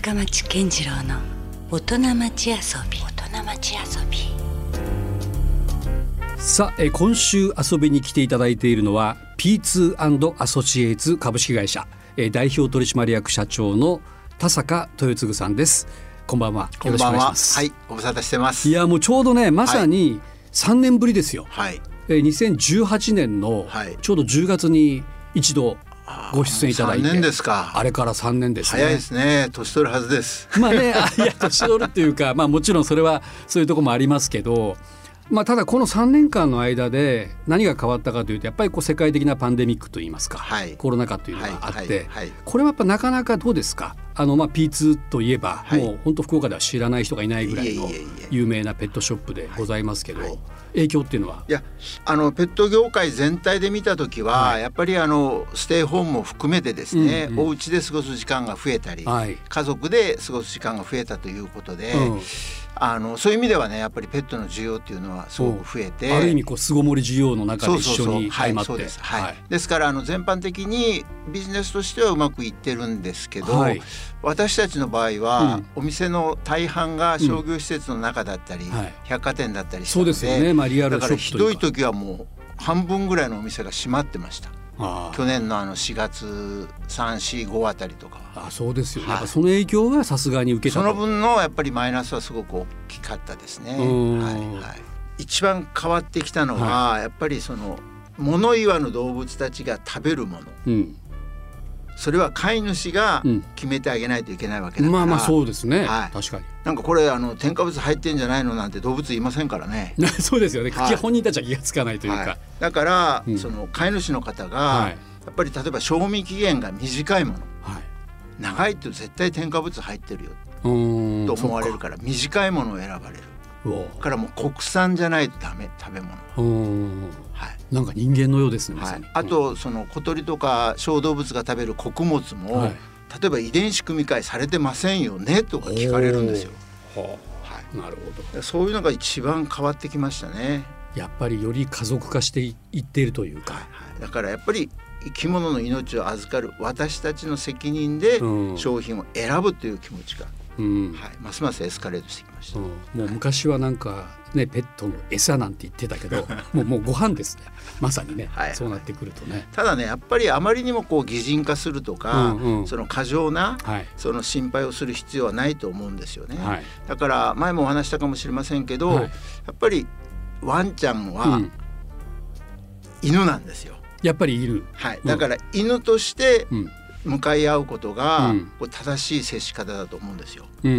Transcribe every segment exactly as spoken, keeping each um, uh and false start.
深町健次郎の大人町遊び大人町遊び。 さあ、え今週遊びに来ていただいているのは ピーツー アソシエイツ株式会社え代表取締役社長の田坂豊次さんです。こんばんは。よろしくお願いします。 はい、ご無沙汰してます。 いやもうちょうどねまさにさんねんぶりですよ。 はい、 えにせんじゅうはちねんのちょうどじゅうがつに一度ご出演いただいて、 さんねんですか。 あれからさんねんですね。 早いですね。年取るはずです。 まあね、あいや年取るっていうか、まあもちろんそれはそういうところもありますけど、まあただこのさんねんかんの間で何が変わったかというと、やっぱりこう世界的なパンデミックといいますか、はい、コロナ禍というのがあって、はいはいはい、これはやっぱなかなかどうですか。あのまあ ピーツー といえば、はい、もう本当福岡では知らない人がいないぐらいの有名なペットショップでございますけど、はいはい、影響っていうのは。 いやあのペット業界全体で見たときは、はい、やっぱりあのステイホームも含めてですね、うんうん、お家で過ごす時間が増えたり、はい、家族で過ごす時間が増えたということで、うん、あのそういう意味ではねやっぱりペットの需要っていうのはすごく増えて、 ある意味こう巣ごもり需要の中で一緒に相まって、 そうです、はいはい、ですからあの全般的にビジネスとしてはうまくいってるんですけど、はい、私たちの場合は、うん、お店の大半が商業施設の中だったり、うんはい、百貨店だったりしたので、そうですよね、まあ、リアルショップというか、だからひどい時はもう半分ぐらいのお店が閉まってました。去年のあのしがつさん、し、ごあたりとかは。 あ、そうですよね、はい、やっぱその影響はさすがに受けたと。 その分のやっぱりマイナスはすごく大きかったですね。はいはい、一番変わってきたのは、はい、やっぱりその物言わぬ動物たちが食べるもの、うん、それは飼い主が決めてあげないといけないわけだから、うん、 まあまあそうですね、はい、確かに。 なんかこれあの添加物入ってんじゃないのなんて動物言いませんからね。 そうですよね、はい、本人たちは気がつかないというか、はい、だから、うん、その飼い主の方が、はい、やっぱり例えば賞味期限が短いもの、はい、長いと絶対添加物入ってるよと思われるから短いものを選ばれる。からもう国産じゃないとダメ食べ物、 はい、なんか人間のようですね、 はい、あとその小鳥とか小動物が食べる穀物も、はい、例えば遺伝子組み換えされてませんよねとか聞かれるんですよ。 はあ、はい、なるほど。 そういうのが一番変わってきましたね。 やっぱりより家族化していっているというか、はいはい、だからやっぱり生き物の命を預かる私たちの責任で商品を選ぶという気持ちが、うんはい、ますますエスカレートしてきました。うん、 もう昔はなんか、ね、ペットの餌なんて言ってたけどもう、もうご飯ですね、まさにね、はいはい、そうなってくるとね。 ただねやっぱりあまりにもこう擬人化するとか、うんうん、その過剰な、はい、その心配をする必要はないと思うんですよね、はい、だから前もお話したかもしれませんけど、はい、やっぱりワンちゃんは犬なんですよ、 うん、やっぱりいる、 はい、だから犬として向かい合うことが、うん、こう正しい接し方だと思うんですよ。うん、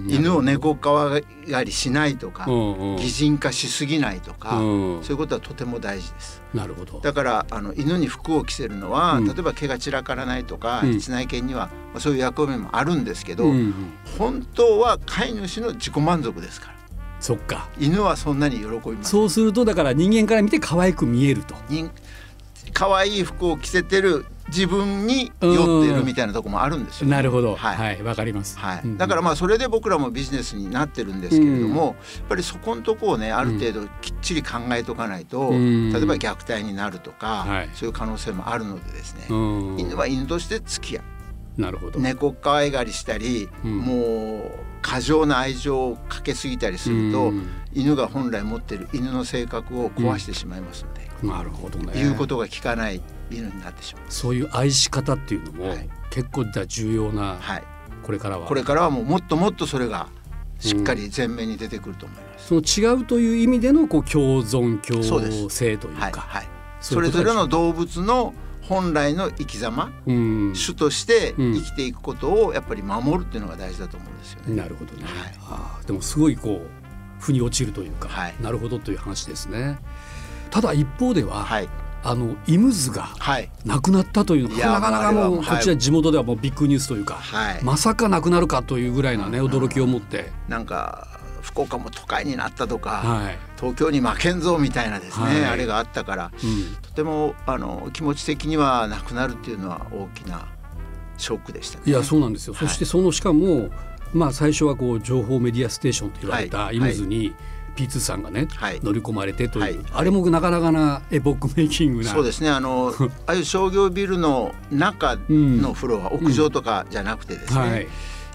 犬を猫かわがりしないとか、うんうん、擬人化しすぎないとか、うん、そういうことはとても大事です。 なるほど。 だからあの犬に服を着せるのは、うん、例えば毛が散らからないとか、うん、室内犬には、まあ、そういう役割もあるんですけど、うんうん、本当は飼い主の自己満足ですから。 そっか。 犬はそんなに喜びます。 そうするとだから人間から見て可愛く見えると。 可愛い服を着せてる自分に酔っているみたいなところもあるんですよ、ね、 なるほど、はい、はい、わかります、 はい、だからまあそれで僕らもビジネスになってるんですけれども、うん、やっぱりそこのとこをねある程度きっちり考えとかないと、うん、例えば虐待になるとか、はい、そういう可能性もあるのでですね、うん、犬は犬として付き合う。 なるほど。 猫可愛がりしたり、うん、もう過剰な愛情をかけすぎたりすると、うん、犬が本来持っている犬の性格を壊してしまいますので、 うん、なるほどね。 言うことが聞かない犬になってしまう。 そういう愛し方っていうのも、はい、結構重要な、はい、これからはこれからはもうもっともっとそれがしっかり前面に出てくると思います、 うん、その違うという意味でのこう共存共生というか、 はいはい、それぞれの動物の本来の生き様、うん、種として生きていくことをやっぱり守るっていうのが大事だと思うんですよね。 なるほどね、はい、あでもすごいこう腑に落ちるというか、はい、なるほどという話ですね。ただ一方では、はい、あのイムズがなくなったというのが、はい、なかなかもうこちら地元ではもうビッグニュースというか、はい、まさかなくなるかというぐらいな、ね、驚きを持って、 なんか福岡も都会になったとか、はい、東京に負けんぞみたいなですね、はい、あれがあったから、うん、とてもあの気持ち的にはなくなるっていうのは大きなショックでしたね。 いやそうなんですよ、はい、そしてそのしかも、まあ、最初はこう情報メディアステーションと言われたイムズに、はいはい、ピーツー さんがね、はい、乗り込まれてという、はい、あれもなかなかなエポックメイキングな。 そうですね、あのああいう商業ビルの中のフロア、うん、屋上とかじゃなくてですね、うんはい、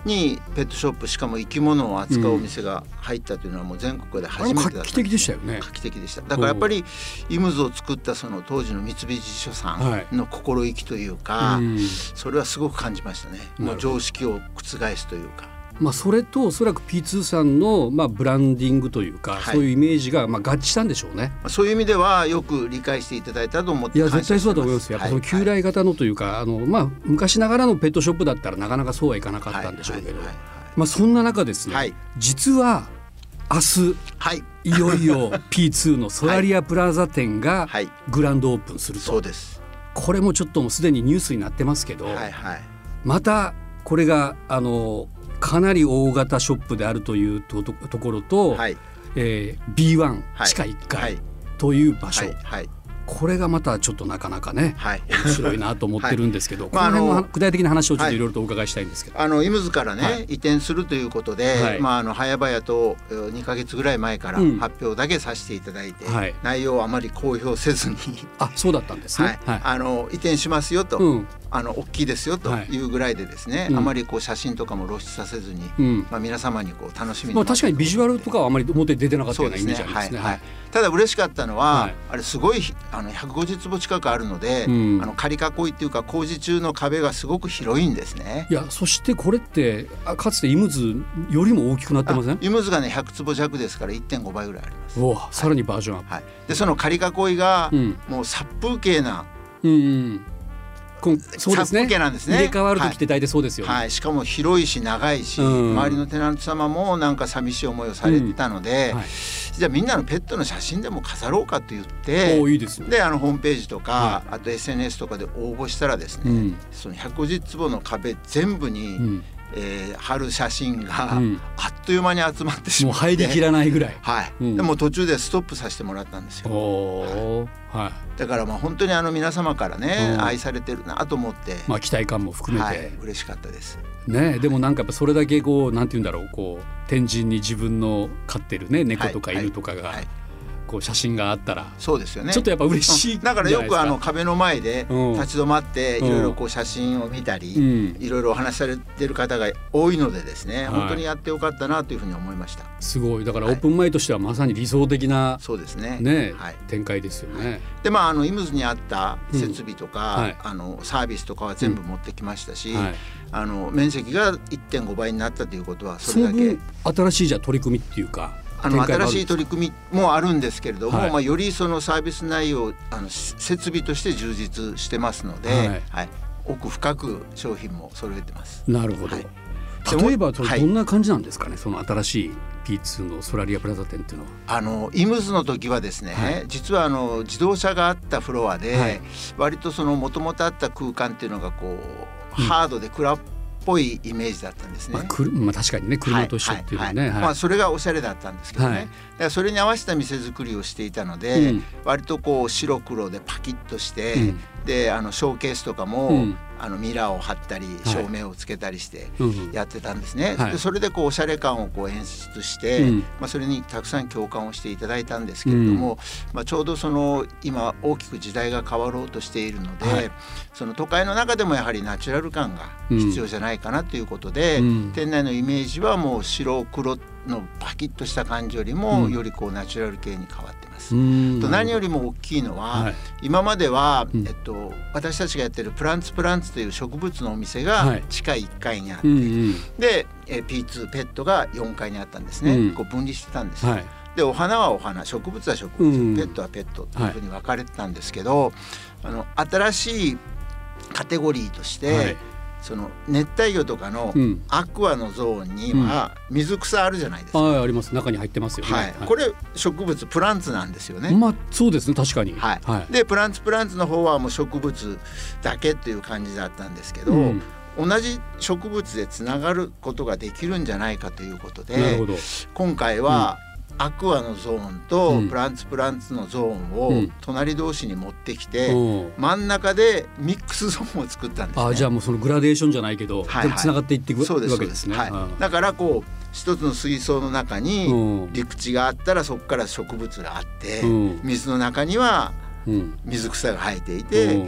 にペットショップ、しかも生き物を扱うお店が入ったというのはもう全国で初めてだったんです。 画期的でしたよね。 画期的でした。だからやっぱりイムズを作ったその当時の三菱地所さんの心意気というか、はい、それはすごく感じましたね。もう常識を覆すというか。 まあ、それとおそらく ピーツー さんのまあブランディングというか、はい、そういうイメージがまあ合致したんでしょうね。 そういう意味ではよく理解していただいたと思っていや絶対そうだと思います。やっぱその旧来型のというか、はい、あのまあ昔ながらのペットショップだったらなかなかそうはいかなかったんでしょうけど、まあそんな中ですね、はい、実は明日、はい、いよいよ ピーツー のソラリアプラザ店がグランドオープンすると、 そうです。 これもちょっともうすでにニュースになってますけど、はいはい、またこれがあのかなり大型ショップであるという と, と, ところと、はいえー、ビーワン 地下いっかいという場所、はいはいはい、これがまたちょっとなかなかね、はい、面白いなと思ってるんですけど、はい、この辺の具体的な話をちょっといろいろとお伺いしたいんですけど、 はい、あのイムズからね、はい、移転するということで、はいまあ、あの早々とにかげつぐらい前から発表だけさせていただいて、うん、内容をあまり公表せずにあそうだったんですね、はいはい、あの移転しますよと、うんあの大きいですよというぐらいでですね、はい、あまりこう写真とかも露出させずに、うんまあ、皆様にこう楽しみに、 まあ、確かにビジュアルとかはあまり表に出てなかったようなイメージありますね。 はいはい、ただ嬉しかったのは、はい、あれすごいあのひゃくごじゅうつぼ近くあるので、うん、あの仮囲いっていうか工事中の壁がすごく広いんですね。 いやそしてこれってかつてイムズよりも大きくなってません？ イムズがねひゃくつぼ弱ですから いってんごばいぐらいあります。 おさらにバージョンアップ、 はい、でその仮囲いが、うん、もう殺風景な、 うんうんそうですね、 なんですね。 入れ替わる時って大体そうですよね、 はいはい、しかも広いし長いし、うん、周りのテナント様もなんか寂しい思いをされてたので、うんはい、じゃあみんなのペットの写真でも飾ろうかと言っておいいですね。 であのホームページとか、はい、あと エスエヌエス とかで応募したらですね、うん、そのひゃくごじゅうつぼの壁全部に、うんえー、貼る写真があっという間に集まってしまって、 もう入りきらないぐらい、 はいうん、でも途中でストップさせてもらったんですよ。お、はい、だからまあ本当にあの皆様からね、うん、愛されてるなと思って、 まあ、期待感も含めて、はい、 嬉しかったです、 ね、でもなんかやっぱそれだけこうなんて言うんだろう、こう天神に自分の飼ってる、ね、猫とか犬とかが、はいはいはいこう写真があったらそうですよね。 ちょっとやっぱ嬉しい、 うん、だからよくあの壁の前で立ち止まっていろいろこう写真を見たりいろいろお話しされてる方が多いのでですね、うん、本当にやってよかったなというふうに思いました。 すごい。だからオープン前としてはまさに理想的な、 そうですね、 ね、はい、展開ですよね、はい、 でまああのイムズにあった設備とか、うんはい、あのサービスとかは全部持ってきましたし、うんはい、あの面積が いってんごばいになったということはそれだけ新しいじゃ取り組みっていうかあの新しい取り組みもあるんですけれども、はいまあ、よりそのサービス内容あの設備として充実してますので、はいはい、奥深く商品も揃えてます。 なるほど、はい、例えばどんな感じなんですかね、はい、その新しい ピーツー のソラリアプラザ店っていうのは。 あのイムズの時はですね、はい、実はあの自動車があったフロアで、はい、割とその元々あった空間っていうのがこう、うん、ハードで暗っぽいイメージだったんですね。 まあくるまあ、確かにね車と一緒っていうのはね、はいはいはいまあ、それがおしゃれだったんですけどね、はい、だからそれに合わせた店作りをしていたので、うん、割とこう白黒でパキッとして、うん、であのショーケースとかも、うん、あのミラーを貼ったり照明をつけたりしてやってたんですね、はい、でそれでこうおしゃれ感をこう演出して、うんまあ、それにたくさん共感をしていただいたんですけれども、うんまあ、ちょうどその今大きく時代が変わろうとしているので、はい、その都会の中でもやはりナチュラル感が必要じゃないかなということで、うん、店内のイメージはもう白黒のパキッとした感じよりも、うん、よりこうナチュラル系に変わってます。と何よりも大きいのは、はい、今までは、えっと、私たちがやってるプランツプランツという植物のお店が地下いっかいにあって、はい、で ピーツー ペットがよんかいにあったんですね、うん、こう分離してたんですよ、はい、でお花はお花、植物は植物、うん、ペットはペットというふうに分かれてたんですけど、はい、あの新しいカテゴリーとして、はいその熱帯魚とかのアクアのゾーンには水草あるじゃないですか、 うん、あ, あります中に入ってますよね、 はいはい、これ植物プランツなんですよね。 まあそうですね確かに、 はいはい、でプランツプランツの方はもう植物だけっていう感じだったんですけど、うん、同じ植物でつながることができるんじゃないかということでなるほど今回は、うんアクアのゾーンとプランツプランツのゾーンを隣同士に持ってきて、うん、真ん中でミックスゾーンを作ったんですね。 あじゃあもうそのグラデーションじゃないけど、はいはい、つながっていっていくわけですね。 はい、だからこう一つの水槽の中に陸地があったらそこから植物があって、うん、水の中には水草が生えていて、うん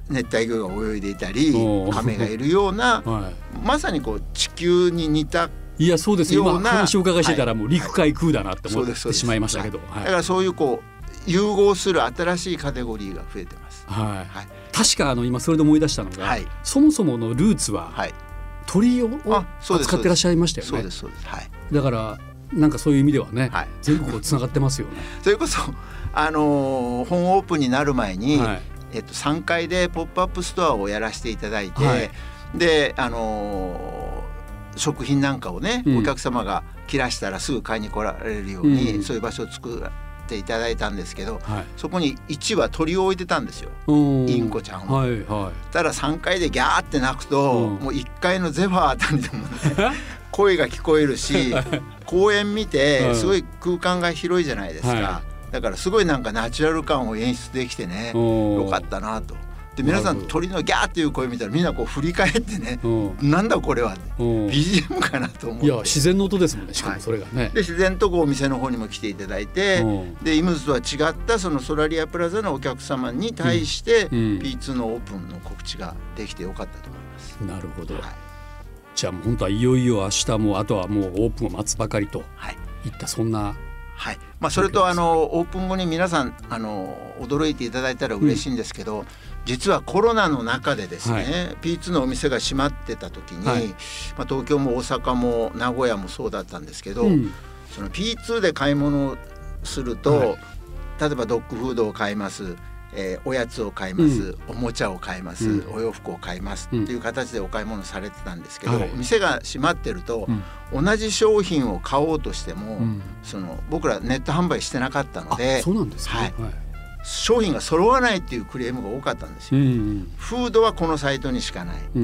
熱帯魚が泳いでいたりカメがいるような、はい、まさにこう地球に似たいやそうですよ今話を伺いしてたらもう陸海空だなって思ってしまいましたけど、 はい、だからそういうこう融合する新しいカテゴリーが増えてます、 はいはい、確かあの今それで思い出したのが、はい、そもそものルーツは鳥を扱ってらっしゃいましたよね。 そうですそうです、はい、 だからなんかそういう意味ではね、はい、全部こうつながってますよね。 それこそあのー、本オープンになる前に、はいえっと、さんがいでポップアップストアをやらせていただいて、はい、で、あのー、食品なんかをね、うん、お客様が切らしたらすぐ買いに来られるように、うん、そういう場所を作っていただいたんですけど、はい、そこにいち羽鳥を置いてたんですよ、インコちゃんを、はいはい、たださんがいでギャーって鳴くと、もういっかいのゼファーあたりでもね声が聞こえるし公園見てすごい空間が広いじゃないですか、はい、だからすごいなんかナチュラル感を演出できてねよかったなと。で皆さん鳥のギャーっていう声見たらみんなこう振り返ってね、なんだこれは ビージーエム かなと思って。 いや自然の音ですもんね、しかもそれがね、はい、 で自然とこうお店の方にも来ていただいて、でイムズとは違ったそのソラリアプラザのお客様に対して ピーツー のオープンの告知ができてよかったと思います。 なるほど、はい、じゃあもう本当はいよいよ明日もあとはもうオープンを待つばかりといったそんな、 はいまあ、それとあのオープン後に皆さんあの驚いていただいたら嬉しいんですけど、うん、実はコロナの中でですね、はい、ピーツー のお店が閉まってた時に、はいまあ、東京も大阪も名古屋もそうだったんですけど、うん、その ピーツー で買い物をすると、はい、例えばドッグフードを買います、えー、おやつを買います、うん、おもちゃを買います、うん、お洋服を買いますっていう形でお買い物されてたんですけど、うん、店が閉まってると、うん、同じ商品を買おうとしても、うん、その僕らネット販売してなかったので、 そうなんですか、 はいはい、商品が揃わないっていうクレームが多かったんですよ、うんうん、フードはこのサイトにしかない、うん、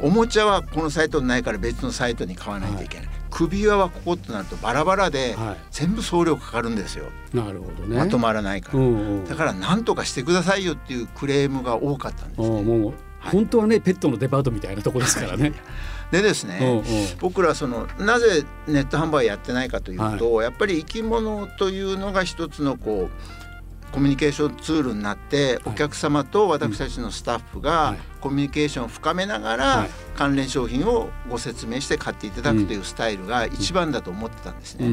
おもちゃはこのサイトにないから別のサイトに買わないといけない、はい、首輪はこことなるとバラバラで全部送料かかるんですよ、 はい、なるほどね、 まとまらないから、うんうん、だから何とかしてくださいよっていうクレームが多かったんですね。 もう本当はね、はい、ペットのデパートみたいなとこですからねでですね、うんうん、僕らそのなぜネット販売やってないかというと、はい、やっぱり生き物というのが一つのこうコミュニケーションツールになって、はい、お客様と私たちのスタッフがコミュニケーションを深めながら、はい、関連商品をご説明して買っていただくというスタイルが一番だと思ってたんですね、うん、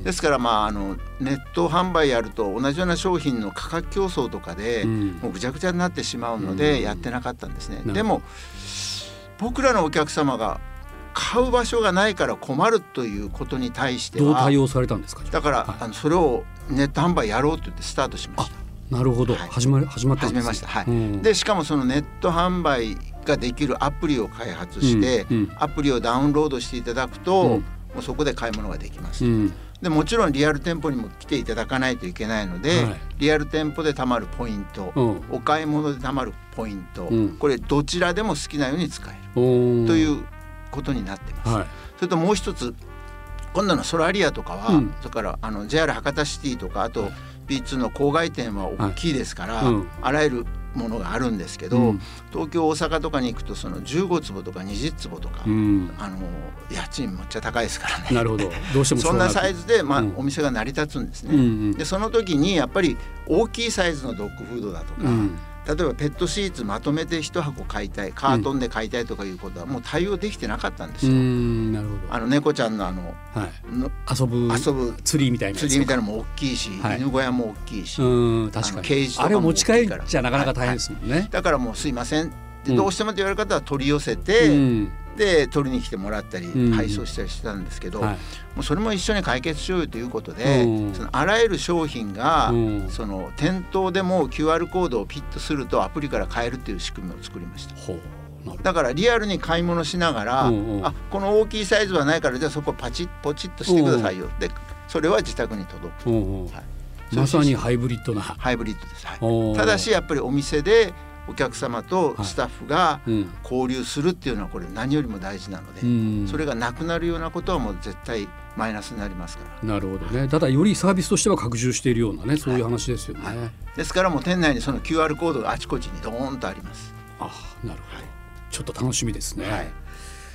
ですからまああのネット販売やると同じような商品の価格競争とかで、うん、もうぐちゃぐちゃになってしまうのでやってなかったんですね、うん、でも僕らのお客様が買う場所がないから困るということに対してはどう対応されたんですか。 だから、はい、あのそれをネット販売やろうと言ってスタートしました。 なるほど、はい、始ま始まったんですね。 始めました、はい、うん、でしかもそのネット販売ができるアプリを開発して、うんうん、アプリをダウンロードしていただくと、うん、もうそこで買い物ができます、うん、でもちろんリアル店舗にも来ていただかないといけないので、はい、リアル店舗で貯まるポイント、うん、お買い物で貯まるポイント、うん、これどちらでも好きなように使えるということになってます、はい、それともう一つ今度のソラリアとかは、うん、それからあの ジェイアール 博多シティとかあと ピーツー の郊外店は大きいですから、はい、うん、あらゆるものがあるんですけど、うん、東京大阪とかに行くとそのじゅうごつぼとかにじゅっつぼとか、うん、あの家賃めっちゃ高いですからね。 なるほど、どうしてもそんなサイズで、まあうん、お店が成り立つんですね、うんうん、でその時にやっぱり大きいサイズのドッグフードだとか、うん、例えばペットシーツまとめて一箱買いたい、カートンで買いたいとかいうことはもう対応できてなかったんですよ、うん、なるほど。あの猫ちゃんのあの、はい、の遊ぶ遊ぶツリーみたいなツリーみたいなのも大きいし、はい、犬小屋も大きいし、 うん、確かにあのケージとかも大きいから、 あれを持ち帰りじゃなかなか大変ですもんね、はいはい、 だからもうすいませんってどうしてもって言われる方は取り寄せて、うん、で取りに来てもらったり、うん、配送したりしてたんですけど、はい、もうそれも一緒に解決しようよということで、うん、そのあらゆる商品が、うん、その店頭でも キューアール コードをピッとするとアプリから買えるっていう仕組みを作りました。ほう、だからリアルに買い物しながら、うんうん、あこの大きいサイズはないからじゃあそこパチッポチッとしてくださいよ、うん、でそれは自宅に届く、うんうん、はい、 まさにハイブリッドなハイブリッドです、はい、ただしやっぱりお店でお客様とスタッフが交流するっていうのはこれ何よりも大事なので、うん、それがなくなるようなことはもう絶対マイナスになりますから。 なるほどね。ただよりサービスとしては拡充しているようなね、そういう話ですよね、はいはい、 ですからもう店内にその キューアール コードがあちこちにドーンとあります。 あ、なるほど、はい、ちょっと楽しみですね、はい、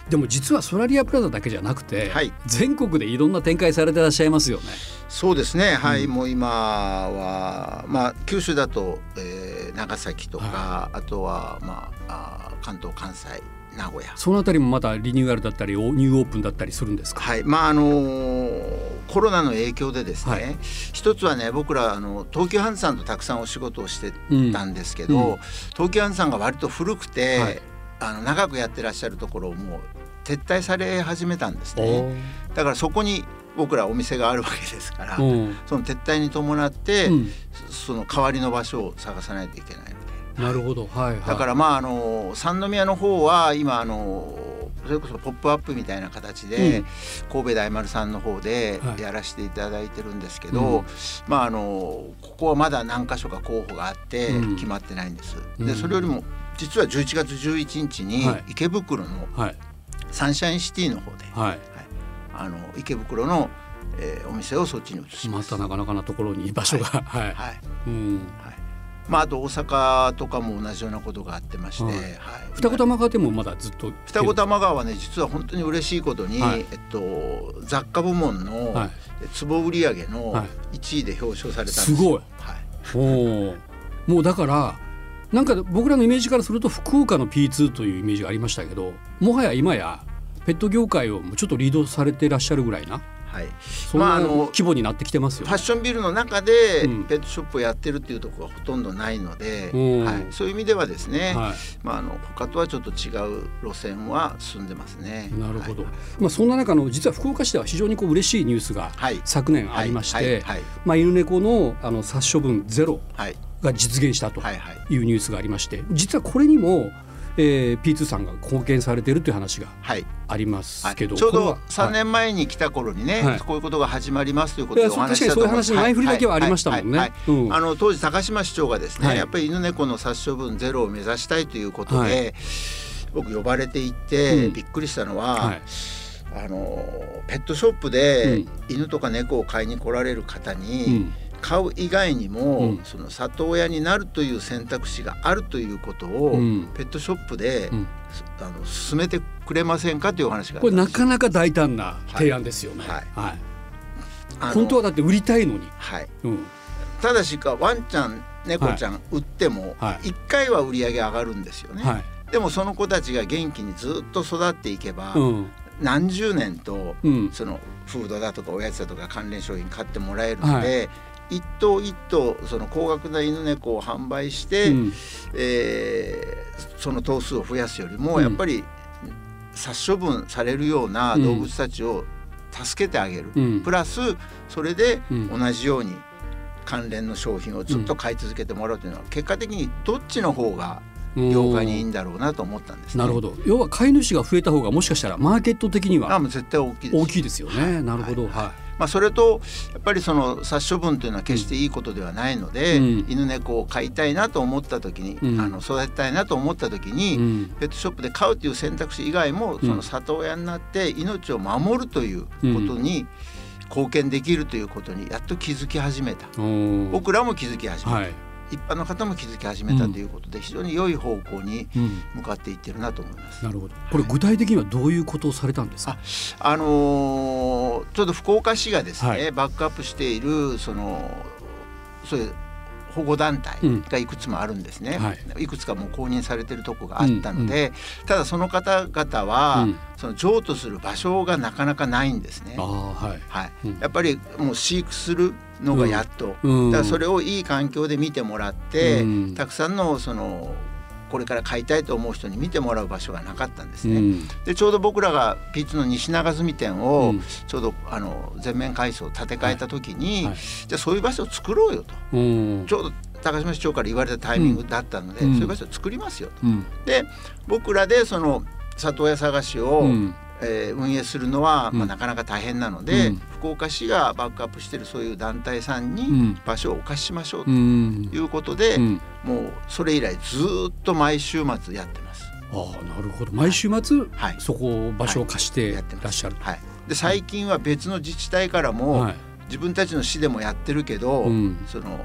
でも実はソラリアプラザだけじゃなくて、 はい、 全国でいろんな展開されてらっしゃいますよね。 そうですね、はい、うん、もう今は、まあ、九州だと、えー、長崎とか、はい、あとは、まあ、あ関東関西名古屋、 そのあたりもまたリニューアルだったりニューオープンだったりするんですか。 はい、まああのー、コロナの影響でですね、はい、一つはね、僕らあの東急ハンズさんとたくさんお仕事をしてたんですけど、うんうん、東急ハンズさんが割と古くて、はい、あの長くやってらっしゃるところをもう撤退され始めたんですね。だからそこに僕らお店があるわけですから、うん、その撤退に伴って、うん、その代わりの場所を探さないといけないので。 なるほど、はいはい、 だからまああの三宮の方は今あのそれこそポップアップみたいな形で、うん、神戸大丸さんの方でやらせていただいてるんですけど、はい、まああのここはまだ何か所か候補があって決まってないんです、うん、でそれよりも実はじゅういちがつじゅういちにちに池袋のサンシャインシティの方で、はいはい、あの池袋の、えー、お店をそっちに移します。 またなかなかなところに場所が、はいはいはい、うん、 はい、まあ、あと大阪とかも同じようなことがあってまして、はいはい、 二子玉川でもまだずっと二子玉川はね、実は本当に嬉しいことに、はい、えっと、雑貨部門の坪売上のいちいで表彰されたんですよ。 すごい、 はい、 おもうだからなんか僕らのイメージからすると福岡の ピーツー というイメージがありましたけど、もはや今やペット業界をちょっとリードされていらっしゃるぐらいな、はい、そんな規模になってきてますよね。 ファッションビルの中でペットショップをやってるっていうところがほとんどないので、うん、はい、そういう意味ではですね、はい、まあ、あの他とはちょっと違う路線は進んでますね。 なるほど、はい、まあ、そんな中の実は福岡市では非常にこう嬉しいニュースが昨年ありまして、はいはいはい、まあ、犬猫 の, あの殺処分ゼロが実現したというニュースがありまして、実はこれにもえー、ピーツー さんが貢献されているという話がありますけど、 はいはい、ちょうどさんねんまえに来た頃にね、はい、こういうことが始まりますということでお話したと思います。 確かにそういう話の前振りだけはありましたもんね。 当時高島市長がですね、はい、やっぱり犬猫の殺処分ゼロを目指したいということで、はい、僕呼ばれていて、うん、びっくりしたのは、はい、あのペットショップで犬とか猫を買いに来られる方に、うん、買う以外にも、うん、その里親になるという選択肢があるということを、うん、ペットショップで、うん、あの進めてくれませんかというお話があったんです。 これなかなか大胆な提案ですよね。はいはいはい、本当はだって売りたいのに、はい、うん、 ただしかワンちゃん猫ちゃん売ってもいっかいは売り上げ上がるんですよね。はい、でもその子たちが元気にずっと育っていけば、うん、何十年と、うん、そのフードだとかおやつだとか関連商品買ってもらえるので、はい、一頭一頭その高額な犬猫を販売して、うん、えー、その頭数を増やすよりも、うん、やっぱり殺処分されるような動物たちを助けてあげる、うん、プラスそれで同じように関連の商品をずっと買い続けてもらうというのは、結果的にどっちの方が業界にいいんだろうなと思ったんですね。 なるほど。要は飼い主が増えた方がもしかしたらマーケット的には絶対大きいです。 大きいですよね。はい、なるほど。はい。はい、 まあ、それとやっぱりその殺処分というのは決していいことではないので、うん、犬猫を飼いたいなと思った時に、うん、あの育てたいなと思った時に、うん、ペットショップで飼うという選択肢以外も、その里親になって命を守るということに貢献できるということにやっと気づき始めた、うん、僕らも気づき始めた、はい、一般の方も気づき始めたということで、うん、非常に良い方向に向かっていってるなと思います。 なるほど。これ具体的にはどういうことをされたんですか。 あ、あのー、ちょうど福岡市がですね、はい、バックアップしているそのそういう保護団体がいくつもあるんですね。うん、はい、いくつかもう公認されているところがあったので、うんうん、ただその方々は、うん、その譲渡する場所がなかなかないんですね。あ、はいはい、うん、やっぱりもう飼育するのがやっと、うん、だからそれをいい環境で見てもらって、うん、たくさんのそのこれから飼いたいと思う人に見てもらう場所がなかったんですね。うん、でちょうど僕らがピーツーの西長住店をちょうどあの全面改装建て替えた時に、はいはい、じゃあそういう場所を作ろうよと、うん、ちょうど高島市長から言われたタイミングだったので、うん、そういう場所を作りますよと、うん、で僕らでその里親探しを、うん、えー、運営するのは、まあ、なかなか大変なので、うん、福岡市がバックアップしているそういう団体さんに場所をお貸ししましょうということで、うん、もうそれ以来ずっと毎週末やってます。 ああ、なるほど。毎週末、はい、そこ場所を貸してらっしゃる、 はいはい、で最近は別の自治体からも、はい、自分たちの市でもやってるけど、うん、その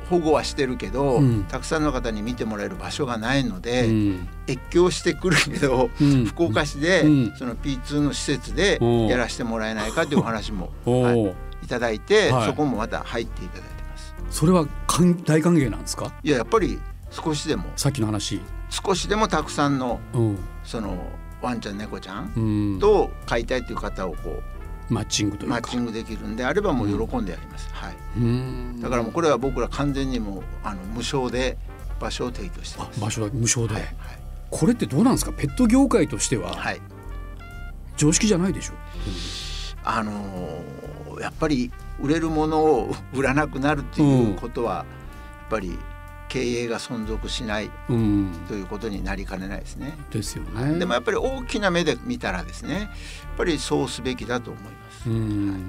保護はしてるけど、 うん、 たくさんの方に見てもらえる場所がないので、うん、越境してくるけど、うん、福岡市で、うん、その ピーツー の施設でやらせてもらえないかというお話も、はい、いただいて、はい、そこもまた入っていただいてます。 それは大歓迎なんですか？ いや、やっぱり少しでもさっきの話少しでもたくさんの、うん、そのワンちゃん猫ちゃんと飼いたいという方をこうマッチングというかマッチングできるんであればもう喜んでやります、うん、はい、うーんだからもうこれは僕ら完全にもうあの無償で場所を提供してます。 あ、場所は無償で、 はいはい、 これってどうなんですか？ペット業界としては、はい、常識じゃないでしょ、 うん、あのー、やっぱり売れるものを売らなくなるっていうことは、うん、やっぱり経営が存続しないということになりかねないですね。 ですよね。 でもやっぱり大きな目で見たらですね、やっぱりそうすべきだと思います。うん、はいはい、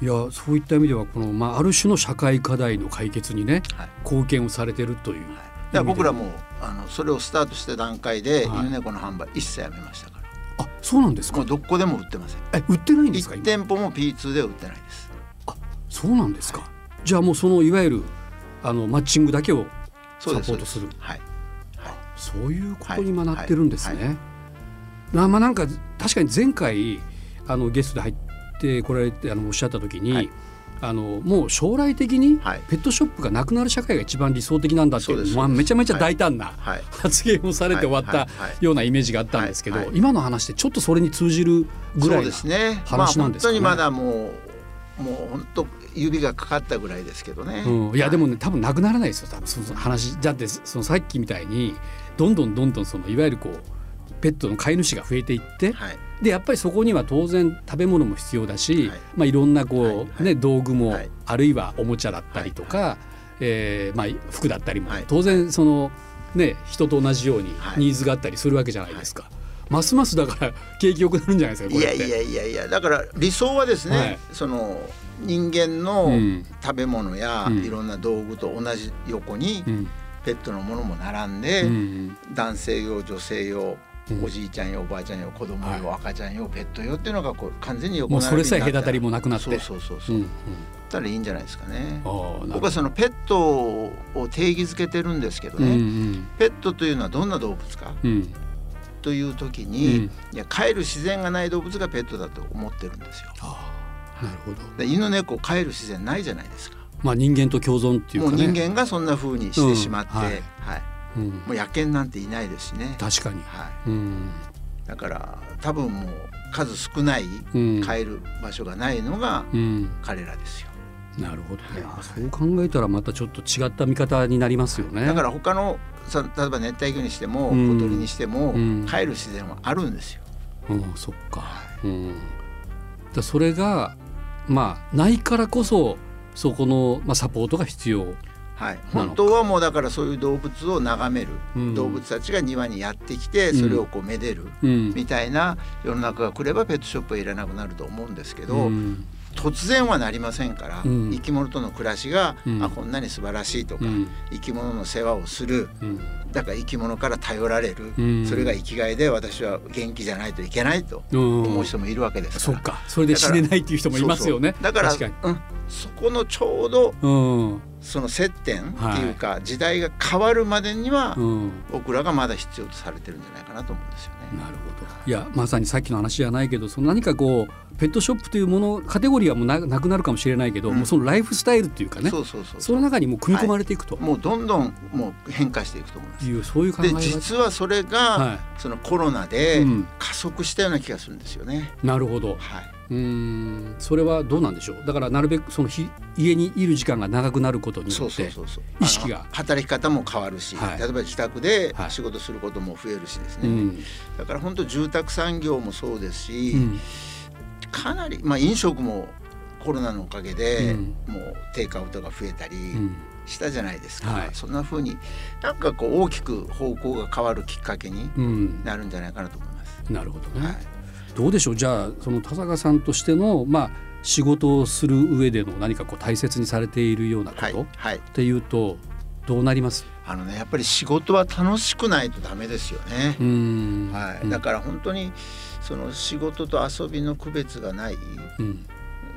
いや、そういった意味ではこの、まあ、ある種の社会課題の解決にね、はい、貢献をされてるという、はい、だから僕らもあのそれをスタートした段階で、はい、犬猫の販売一切やめましたから。 あ、そうなんですか？ もうどこでも売ってません。 え、売ってないんですか？ いち店舗も ピーツー では売ってないです。 あ、そうなんですか、はい、じゃあもうそのいわゆるあのマッチングだけをサポートする。 はいはい、 そういうことに今なってるんですね。はいはいはい、まあなんか確かに前回あのゲストで入ってこられてあのおっしゃった時に、はい、あのもう将来的にペットショップがなくなる社会が一番理想的なんだっていう、まあ、めちゃめちゃ大胆な発言をされて終わったようなイメージがあったんですけど、今の話ってちょっとそれに通じるぐらいな話なんですかね。 まあ、本当にまだもうもう本当指がかかったぐらいですけどね、 うん、いやでもね、多分なくならないですよ、多分その話だって。そのさっきみたいにどんどんどんどんそのいわゆるこうペットの飼い主が増えていって、はい、でやっぱりそこには当然食べ物も必要だし、はい、まあ、いろんなこう、はいはいね、道具も、はい、あるいはおもちゃだったりとか、はい、えーまあ、服だったりも、はい、当然その、ね、人と同じようにニーズがあったりするわけじゃないですか、はいはい、ますますだから景気良くなるんじゃないですか、これって。 いやいやいやいや、だから理想はですね、はい、その人間の食べ物や、うん、いろんな道具と同じ横に、うん、ペットのものも並んで、うん、男性用女性用、うん、おじいちゃんよおばあちゃんよ子供よ、はい、赤ちゃんよペットよっていうのがこう完全に横並びになったら、もうそれさえ隔たりもなくなって、そうそうそうそう、うんうん、だったらいいんじゃないですかね。僕はそのペットを定義づけてるんですけどね、うんうん、ペットというのはどんな動物か、うん、という時に、うん、いや飼える自然がない動物がペットだと思ってるんですよ。あ、なるほど。犬猫飼える自然ないじゃないですか。 まあ、人間と共存っていうかね、 もう人間がそんな風にしてしまって、うん、はいはい、うん、もう野犬なんていないですしね。 確かに、 はい、うん、だから多分もう数少ない飼える場所がないのが彼らですよ、 うん、なるほどね、はい、そう考えたらまたちょっと違った見方になりますよね。 だから他の例えば熱帯魚にしても、うん、小鳥にしても、うん、飼える自然はあるんですよ、 うん、そっか、はい、うん、だそれがまあないからこそそこの、まあ、サポートが必要、 はい、本当はもうだからそういう動物を眺める、うん、動物たちが庭にやってきてそれをこうめでる、うん、みたいな世の中が来ればペットショップはいらなくなると思うんですけど、うん、突然はなりませんから、うん、生き物との暮らしが、うん、あこんなに素晴らしいとか、うん、生き物の世話をする、うん、だから生き物から頼られる、うん、それが生きがいで私は元気じゃないといけないと思う人もいるわけですから、 うん、そっか、それで死ねないっていう人もいますよね。 そうそう、だから確かに、うん、そこのちょうど、うん、その接点っていうか、はい、時代が変わるまでには、うん、僕らがまだ必要とされてるんじゃないかなと思うんですよね。 なるほど。いやまさにさっきの話じゃないけど、その何かこうペットショップというものカテゴリーはもう な, なくなるかもしれないけど、うん、もうそのライフスタイルっていうかね、そうそうそう、その中にもう組み込まれていくと、 はい、もうどんどんもう変化していくと思います。 いうそういう考え方で、 実はそれが、はい、そのコロナで加速したような気がするんですよね、 うん、なるほど、はい、うーん、それはどうなんでしょう。だからなるべくその日家にいる時間が長くなることによって意識が働き方も変わるし、はい、例えば自宅で仕事することも増えるしですね、はい、うん、だから本当住宅産業もそうですし、うん、かなり、まあ、飲食もコロナのおかげで、うん、もうテイクアウトが増えたりしたじゃないですか、うん、はい、そんな風になんかこう大きく方向が変わるきっかけになるんじゃないかなと思います、 うん、なるほどね、はい、どうでしょう。じゃあその田坂さんとしての、まあ、仕事をする上での何かこう大切にされているようなこと、はいはい、っていうとどうなります？ あのね、やっぱり仕事は楽しくないとダメですよね。うん、はい、だから本当にその仕事と遊びの区別がない、うん、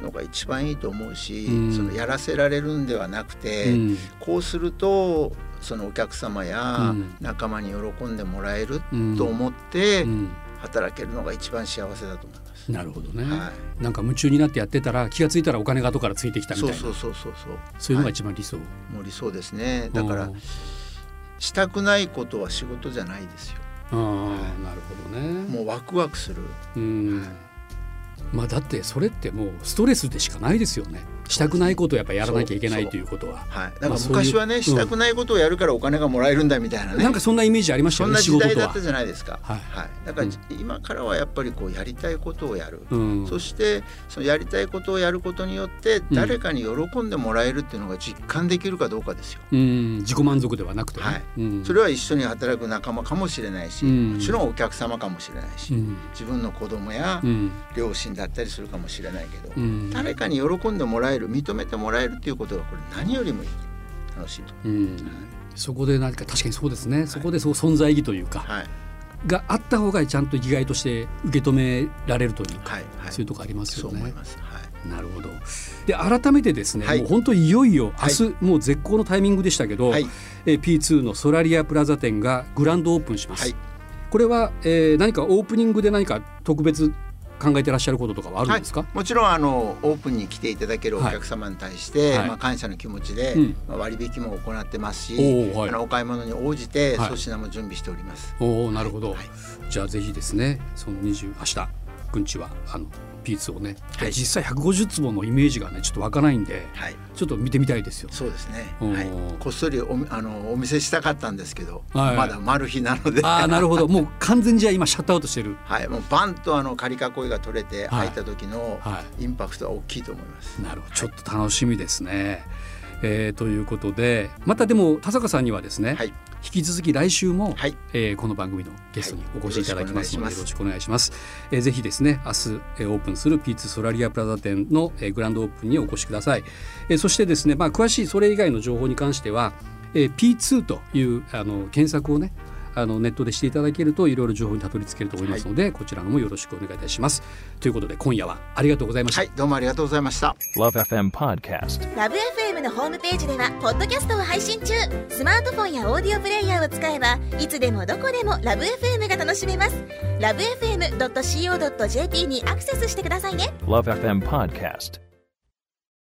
のが一番いいと思うし、うん、そのやらせられるんではなくて、うん、こうするとそのお客様や仲間に喜んでもらえると思って働けるのが一番幸せだと思います。 なるほどね、はい、なんか夢中になってやってたら気がついたらお金が後からついてきたみたいな、 そうそうそうそうそうそういうのが一番理想、はい、 もう理想ですね。だからしたくないことは仕事じゃないですよ。 あ、はい、なるほどね。 もうワクワクする。うん、はい、 まあ、だってそれってもうストレスでしかないですよね。したくないことをやっぱやらなきゃいけないということは、 はい、だから昔はね、まあ、したくないことをやるからお金がもらえるんだみたいなね、 なんかそんなイメージありましたよね。 そんな時代だったじゃないですか。はいはい、だから今からはやっぱりこうやりたいことをやる、うん、そしてそのやりたいことをやることによって誰かに喜んでもらえるっていうのが実感できるかどうかですよ。 うん、自己満足ではなくてね、はい、 うん、それは一緒に働く仲間かもしれないし、うん、もちろんお客様かもしれないし、うん、自分の子供や両親だったりするかもしれないけど、うん、誰かに喜んでもらえる、認めてもらえるっていうことがこれ何よりもいい、楽しいと、うん、はい、 そこで何か確かにそうですね、はい、そこでそう存在意義というか、はい、があった方がちゃんと生きがいとして受け止められるというか、はいはい、そういうところありますよね。 そう思います、はい、 なるほど。で改めてですね、はい、もう本当いよいよ明日、はい、もう絶好のタイミングでしたけど、はい、え ピーツー のソラリアプラザ店がグランドオープンします、はい、これは、えー、何かオープニングで何か特別考えてらっしゃることとかはあるんですか？ はい、もちろんあのオープンに来ていただけるお客様に対して、はい、まあ、感謝の気持ちで、うん、まあ、割引も行ってますし、お、はい、あのお買い物に応じて粗品も準備しております、 はい、お、なるほど、はい、じゃあぜひですね、そのにじゅう明日くんちはあのピーツをね、はい、実際ひゃくごじゅうつぼのイメージがねちょっと湧かないんで、はい、ちょっと見てみたいですよ。 そうですね、はい、こっそり お, あのお見せしたかったんですけど、はい、まだマル秘なので。 あ、なるほど、もう完全じゃ今シャットアウトしてる。 はい、もうバンとあの仮囲いが取れて入った時のインパクトは大きいと思います、 はいはい、なるほど、ちょっと楽しみですね、えー、ということでまたでも田坂さんにはですね、はい、引き続き来週も、はい、えー、この番組のゲストにお越しいただきますので、よろしくお願いします。えー、ぜひですね明日、えー、オープンする ピーツー ソラリアプラザ店の、えー、グランドオープンにお越しください。えー、そしてですね、まあ、詳しいそれ以外の情報に関しては、えー、ピーツー というあの検索をねあのネットでしていただけるといろいろ情報にたどり着けると思いますので、はい、こちらもよろしくお願いいたします。ということで今夜はありがとうございました。 はい、どうもありがとうございました。 ラブエフエム Podcast ラブ エフエム のホームページではポッドキャストを配信中。スマートフォンやオーディオプレイヤーを使えばいつでもどこでもラブ エフエム が楽しめます。 ラブエフエムドットシーオードットジェーピー にアクセスしてくださいね。 ラブエフエム Podcast